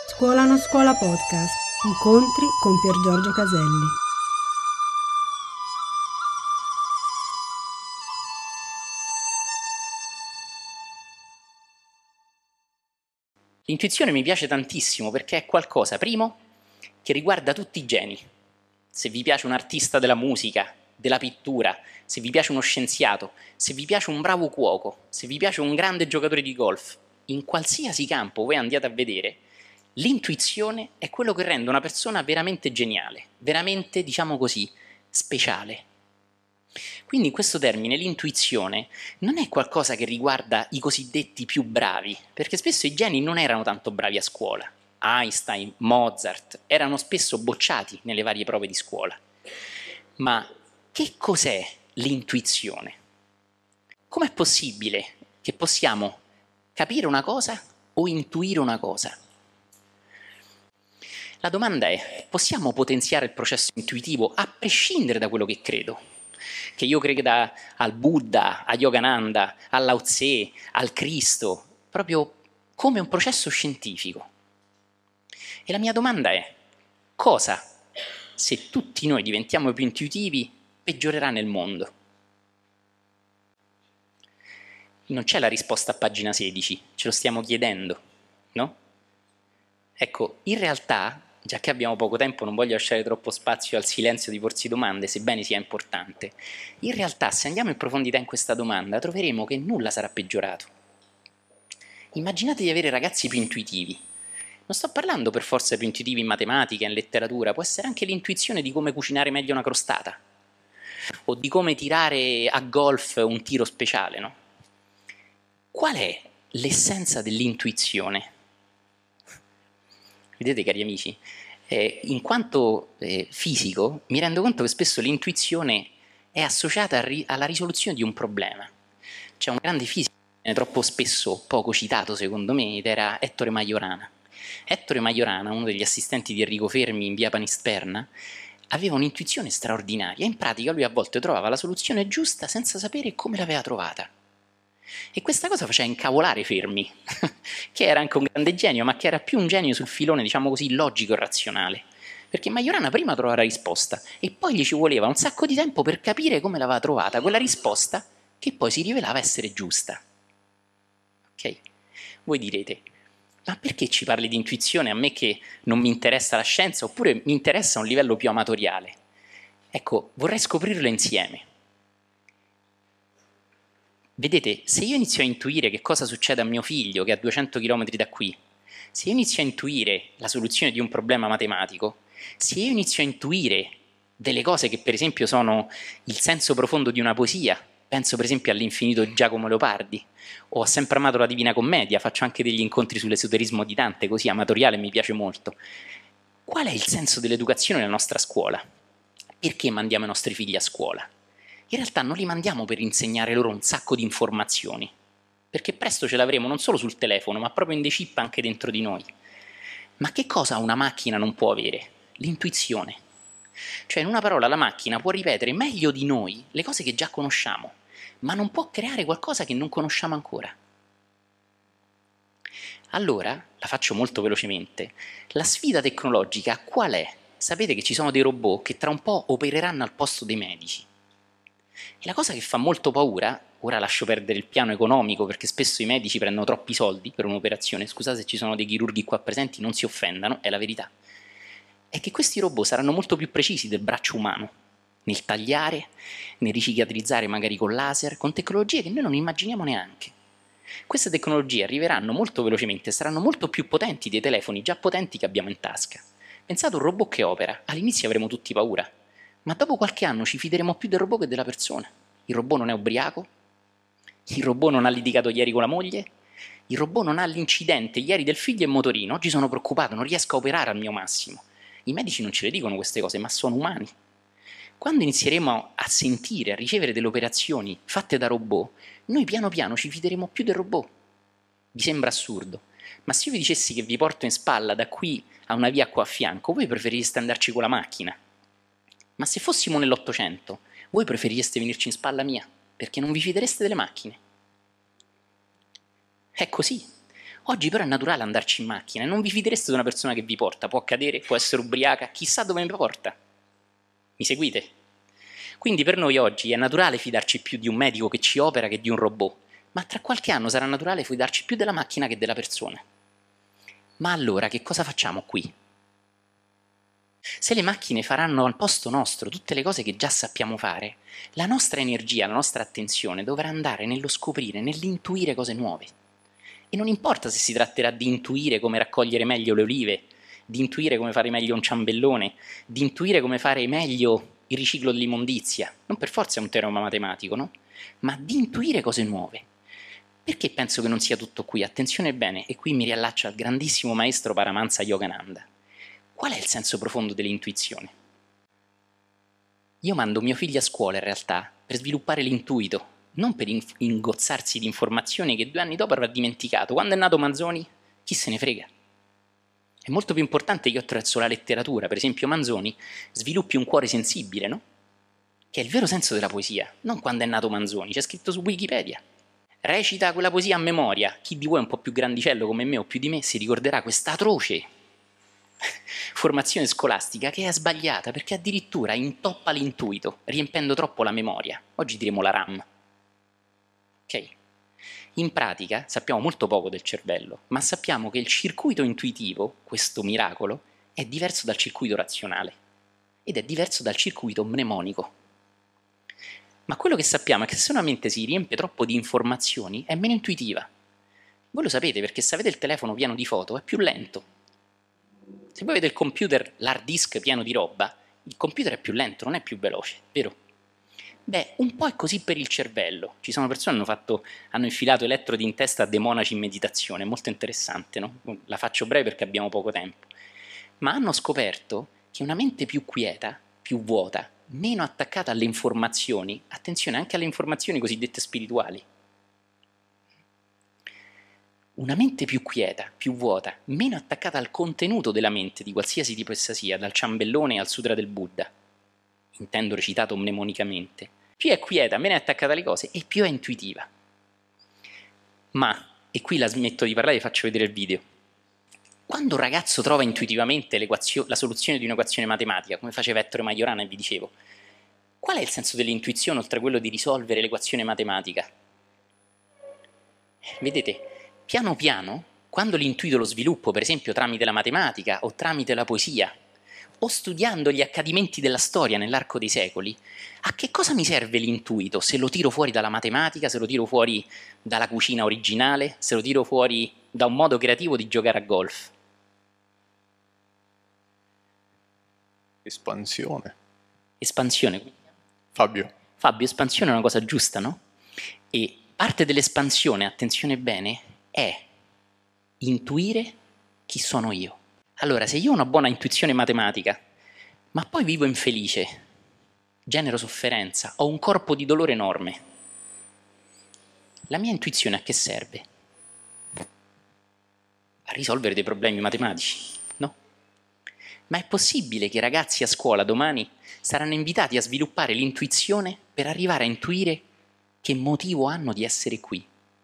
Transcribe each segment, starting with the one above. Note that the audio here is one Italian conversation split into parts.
Scuola non scuola podcast. Incontri con Pier Giorgio Caselli. L'intuizione mi piace tantissimo perché è qualcosa, primo, che riguarda tutti i geni. Se vi piace un artista della musica, della pittura, se vi piace uno scienziato, se vi piace un bravo cuoco, se vi piace un grande giocatore di golf, in qualsiasi campo voi andiate a vedere, l'intuizione è quello che rende una persona veramente geniale, veramente, diciamo così, speciale. Quindi in questo termine l'intuizione non è qualcosa che riguarda i cosiddetti più bravi, perché spesso i geni non erano tanto bravi a scuola. Einstein, Mozart erano spesso bocciati nelle varie prove di scuola. Ma che cos'è l'intuizione? Com'è possibile che possiamo capire una cosa o intuire una cosa? La domanda è: possiamo potenziare il processo intuitivo a prescindere da quello che credo? Che io creda al Buddha, a Yogananda, a Lao Tse, al Cristo, proprio come un processo scientifico. E la mia domanda è: cosa, se tutti noi diventiamo più intuitivi, peggiorerà nel mondo? Non c'è la risposta a pagina 16, ce lo stiamo chiedendo, no? Ecco, in realtà, già che abbiamo poco tempo, non voglio lasciare troppo spazio al silenzio di porsi domande, sebbene sia importante. In realtà, se andiamo in profondità in questa domanda, troveremo che nulla sarà peggiorato. Immaginate di avere ragazzi più intuitivi. Non sto parlando per forza più intuitivi in matematica, in letteratura, può essere anche l'intuizione di come cucinare meglio una crostata, o di come tirare a golf un tiro speciale, no? Qual è l'essenza dell'intuizione? Vedete, cari amici, in quanto fisico mi rendo conto che spesso l'intuizione è associata alla risoluzione di un problema. C'è un grande fisico troppo spesso poco citato secondo me, ed era Ettore Majorana. Ettore Majorana, uno degli assistenti di Enrico Fermi in via Panisperna, aveva un'intuizione straordinaria. In pratica lui a volte trovava la soluzione giusta senza sapere come l'aveva trovata. E questa cosa faceva incavolare Fermi, che era anche un grande genio, ma che era più un genio sul filone, diciamo così, logico e razionale. Perché Majorana prima trovava la risposta e poi gli ci voleva un sacco di tempo per capire come l'aveva trovata, quella risposta che poi si rivelava essere giusta. Ok? Voi direte: ma perché ci parli di intuizione a me che non mi interessa la scienza, oppure mi interessa a un livello più amatoriale? Ecco, vorrei scoprirlo insieme. Vedete, se io inizio a intuire che cosa succede a mio figlio che è a 200 km da qui, se io inizio a intuire la soluzione di un problema matematico, se io inizio a intuire delle cose che per esempio sono il senso profondo di una poesia, penso per esempio all'Infinito di Giacomo Leopardi, o Ho sempre amato la Divina Commedia, faccio anche degli incontri sull'esoterismo di Dante, così amatoriale, mi piace molto. Qual è il senso dell'educazione nella nostra scuola? Perché mandiamo i nostri figli a scuola? In realtà non li mandiamo per insegnare loro un sacco di informazioni, perché presto ce l'avremo non solo sul telefono, ma proprio in dei chip anche dentro di noi. Ma che cosa una macchina non può avere? L'intuizione. Cioè, in una parola, la macchina può ripetere meglio di noi le cose che già conosciamo, ma non può creare qualcosa che non conosciamo ancora. Allora, la faccio molto velocemente, la sfida tecnologica qual è? Sapete che ci sono dei robot che tra un po' opereranno al posto dei medici. E la cosa che fa molto paura, ora lascio perdere il piano economico perché spesso i medici prendono troppi soldi per un'operazione, scusate se ci sono dei chirurghi qua presenti, non si offendano, è la verità, è che questi robot saranno molto più precisi del braccio umano, nel tagliare, nel ricicatrizzare magari con laser, con tecnologie che noi non immaginiamo neanche. Queste tecnologie arriveranno molto velocemente, saranno molto più potenti dei telefoni già potenti che abbiamo in tasca. Pensate a un robot che opera, all'inizio avremo tutti paura, ma dopo qualche anno ci fideremo più del robot che della persona. Il robot non è ubriaco, il robot non ha litigato ieri con la moglie, il robot non ha l'incidente ieri del figlio in motorino, oggi sono preoccupato, non riesco a operare al mio massimo. I medici non ce le dicono queste cose, ma sono umani. Quando inizieremo a sentire, a ricevere delle operazioni fatte da robot, noi piano piano ci fideremo più del robot. Vi sembra assurdo, ma se io vi dicessi che vi porto in spalla da qui a una via qua a fianco, voi preferireste andarci con la macchina. Ma se fossimo nell'Ottocento, voi preferireste venirci in spalla mia, perché non vi fidereste delle macchine. È così. Oggi però è naturale andarci in macchina e non vi fidereste di una persona che vi porta, può cadere, può essere ubriaca, chissà dove mi porta. Mi seguite? Quindi per noi oggi è naturale fidarci più di un medico che ci opera che di un robot, ma tra qualche anno sarà naturale fidarci più della macchina che della persona. Ma allora che cosa facciamo qui? Se le macchine faranno al posto nostro tutte le cose che già sappiamo fare, la nostra energia, la nostra attenzione dovrà andare nello scoprire, nell'intuire cose nuove. E non importa se si tratterà di intuire come raccogliere meglio le olive, di intuire come fare meglio un ciambellone, di intuire come fare meglio il riciclo dell'immondizia, non per forza è un teorema matematico, no? Ma di intuire cose nuove. Perché penso che non sia tutto qui? Attenzione bene, e qui mi riallaccio al grandissimo maestro Paramahansa Yogananda. Qual è il senso profondo dell'intuizione? Io mando mio figlio a scuola in realtà per sviluppare l'intuito, non per ingozzarsi di informazioni che 2 anni dopo avrà dimenticato. Quando è nato Manzoni, chi se ne frega? È molto più importante che io attraverso la letteratura, per esempio Manzoni, sviluppi un cuore sensibile, no? Che è il vero senso della poesia, non quando è nato Manzoni, c'è scritto su Wikipedia. Recita quella poesia a memoria, chi di voi è un po' più grandicello come me o più di me si ricorderà questa atroce formazione scolastica che è sbagliata perché addirittura intoppa l'intuito, riempendo troppo la memoria. Oggi diremo la RAM. Ok? In pratica sappiamo molto poco del cervello, ma sappiamo che il circuito intuitivo, questo miracolo, è diverso dal circuito razionale ed è diverso dal circuito mnemonico. Ma quello che sappiamo è che se una mente si riempie troppo di informazioni è meno intuitiva. Voi lo sapete perché se avete il telefono pieno di foto è più lento. Se voi avete il computer, l'hard disk pieno di roba, il computer è più lento, non è più veloce, vero? Beh, un po' è così per il cervello. Ci sono persone che hanno infilato elettrodi in testa a dei monaci in meditazione, è molto interessante, no? La faccio breve perché abbiamo poco tempo. Ma hanno scoperto che una mente più quieta, più vuota, meno attaccata alle informazioni, attenzione anche alle informazioni cosiddette spirituali, una mente più quieta, più vuota, meno attaccata al contenuto della mente di qualsiasi tipo essa sia, dal ciambellone al sutra del Buddha, intendo recitato mnemonicamente, più è quieta, meno è attaccata alle cose e più è intuitiva. Ma, e qui la smetto di parlare e faccio vedere il video, quando un ragazzo trova intuitivamente la soluzione di un'equazione matematica, come faceva Ettore Majorana e vi dicevo, qual è il senso dell'intuizione oltre a quello di risolvere l'equazione matematica? Vedete, piano piano, quando l'intuito lo sviluppo, per esempio tramite la matematica o tramite la poesia, o studiando gli accadimenti della storia nell'arco dei secoli, a che cosa mi serve l'intuito se lo tiro fuori dalla matematica, se lo tiro fuori dalla cucina originale, se lo tiro fuori da un modo creativo di giocare a golf? Espansione. Espansione. Fabio. Fabio, espansione è una cosa giusta, no? E parte dell'espansione, attenzione bene, è intuire chi sono io. Allora, se io ho una buona intuizione matematica, ma poi vivo infelice, genero sofferenza, ho un corpo di dolore enorme, la mia intuizione a che serve? A risolvere dei problemi matematici, no? Ma è possibile che i ragazzi a scuola domani saranno invitati a sviluppare l'intuizione per arrivare a intuire che motivo hanno di essere qui?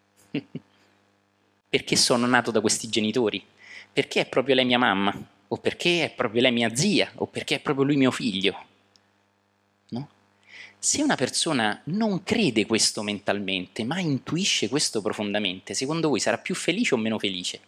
Perché sono nato da questi genitori? Perché è proprio lei mia mamma? O perché è proprio lei mia zia? O perché è proprio lui mio figlio? No? Se una persona non crede questo mentalmente, ma intuisce questo profondamente, secondo voi sarà più felice o meno felice?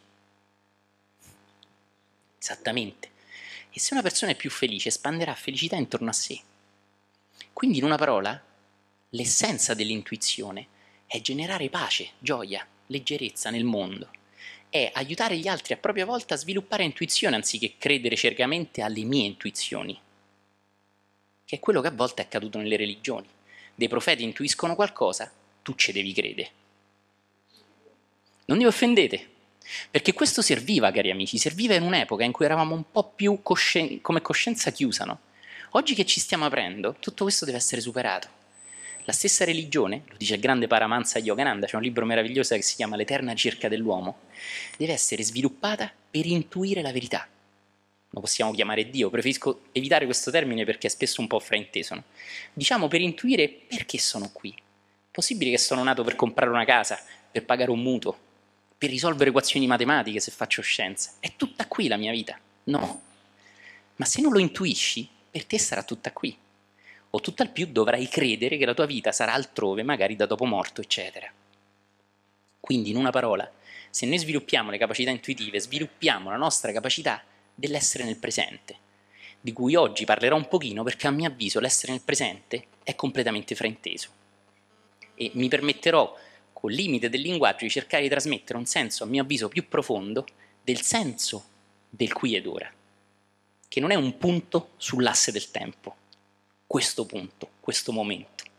Esattamente. E se una persona è più felice, espanderà felicità intorno a sé. Quindi, in una parola, l'essenza dell'intuizione è generare pace, gioia, leggerezza nel mondo. È aiutare gli altri a propria volta a sviluppare intuizione anziché credere ciecamente alle mie intuizioni, che è quello che a volte è accaduto nelle religioni. Dei profeti intuiscono qualcosa, tu ci devi credere. Non vi offendete, perché questo serviva, cari amici, serviva in un'epoca in cui eravamo un po' più come coscienza chiusa, no? Oggi che ci stiamo aprendo, tutto questo deve essere superato. La stessa religione, lo dice il grande Paramahansa Yogananda, c'è un libro meraviglioso che si chiama L'eterna ricerca dell'uomo, deve essere sviluppata per intuire la verità. Lo possiamo chiamare Dio, preferisco evitare questo termine perché è spesso un po' frainteso, no? Diciamo per intuire perché sono qui. Possibile che sono nato per comprare una casa, per pagare un mutuo, per risolvere equazioni matematiche se faccio scienza. È tutta qui la mia vita? No. Ma se non lo intuisci, per te sarà tutta qui. O tutt'al più dovrai credere che la tua vita sarà altrove, magari da dopo morto, eccetera. Quindi, in una parola, se noi sviluppiamo le capacità intuitive, sviluppiamo la nostra capacità dell'essere nel presente, di cui oggi parlerò un pochino perché a mio avviso l'essere nel presente è completamente frainteso. E mi permetterò, col limite del linguaggio, di cercare di trasmettere un senso a mio avviso più profondo del senso del qui ed ora, che non è un punto sull'asse del tempo, questo punto, questo momento,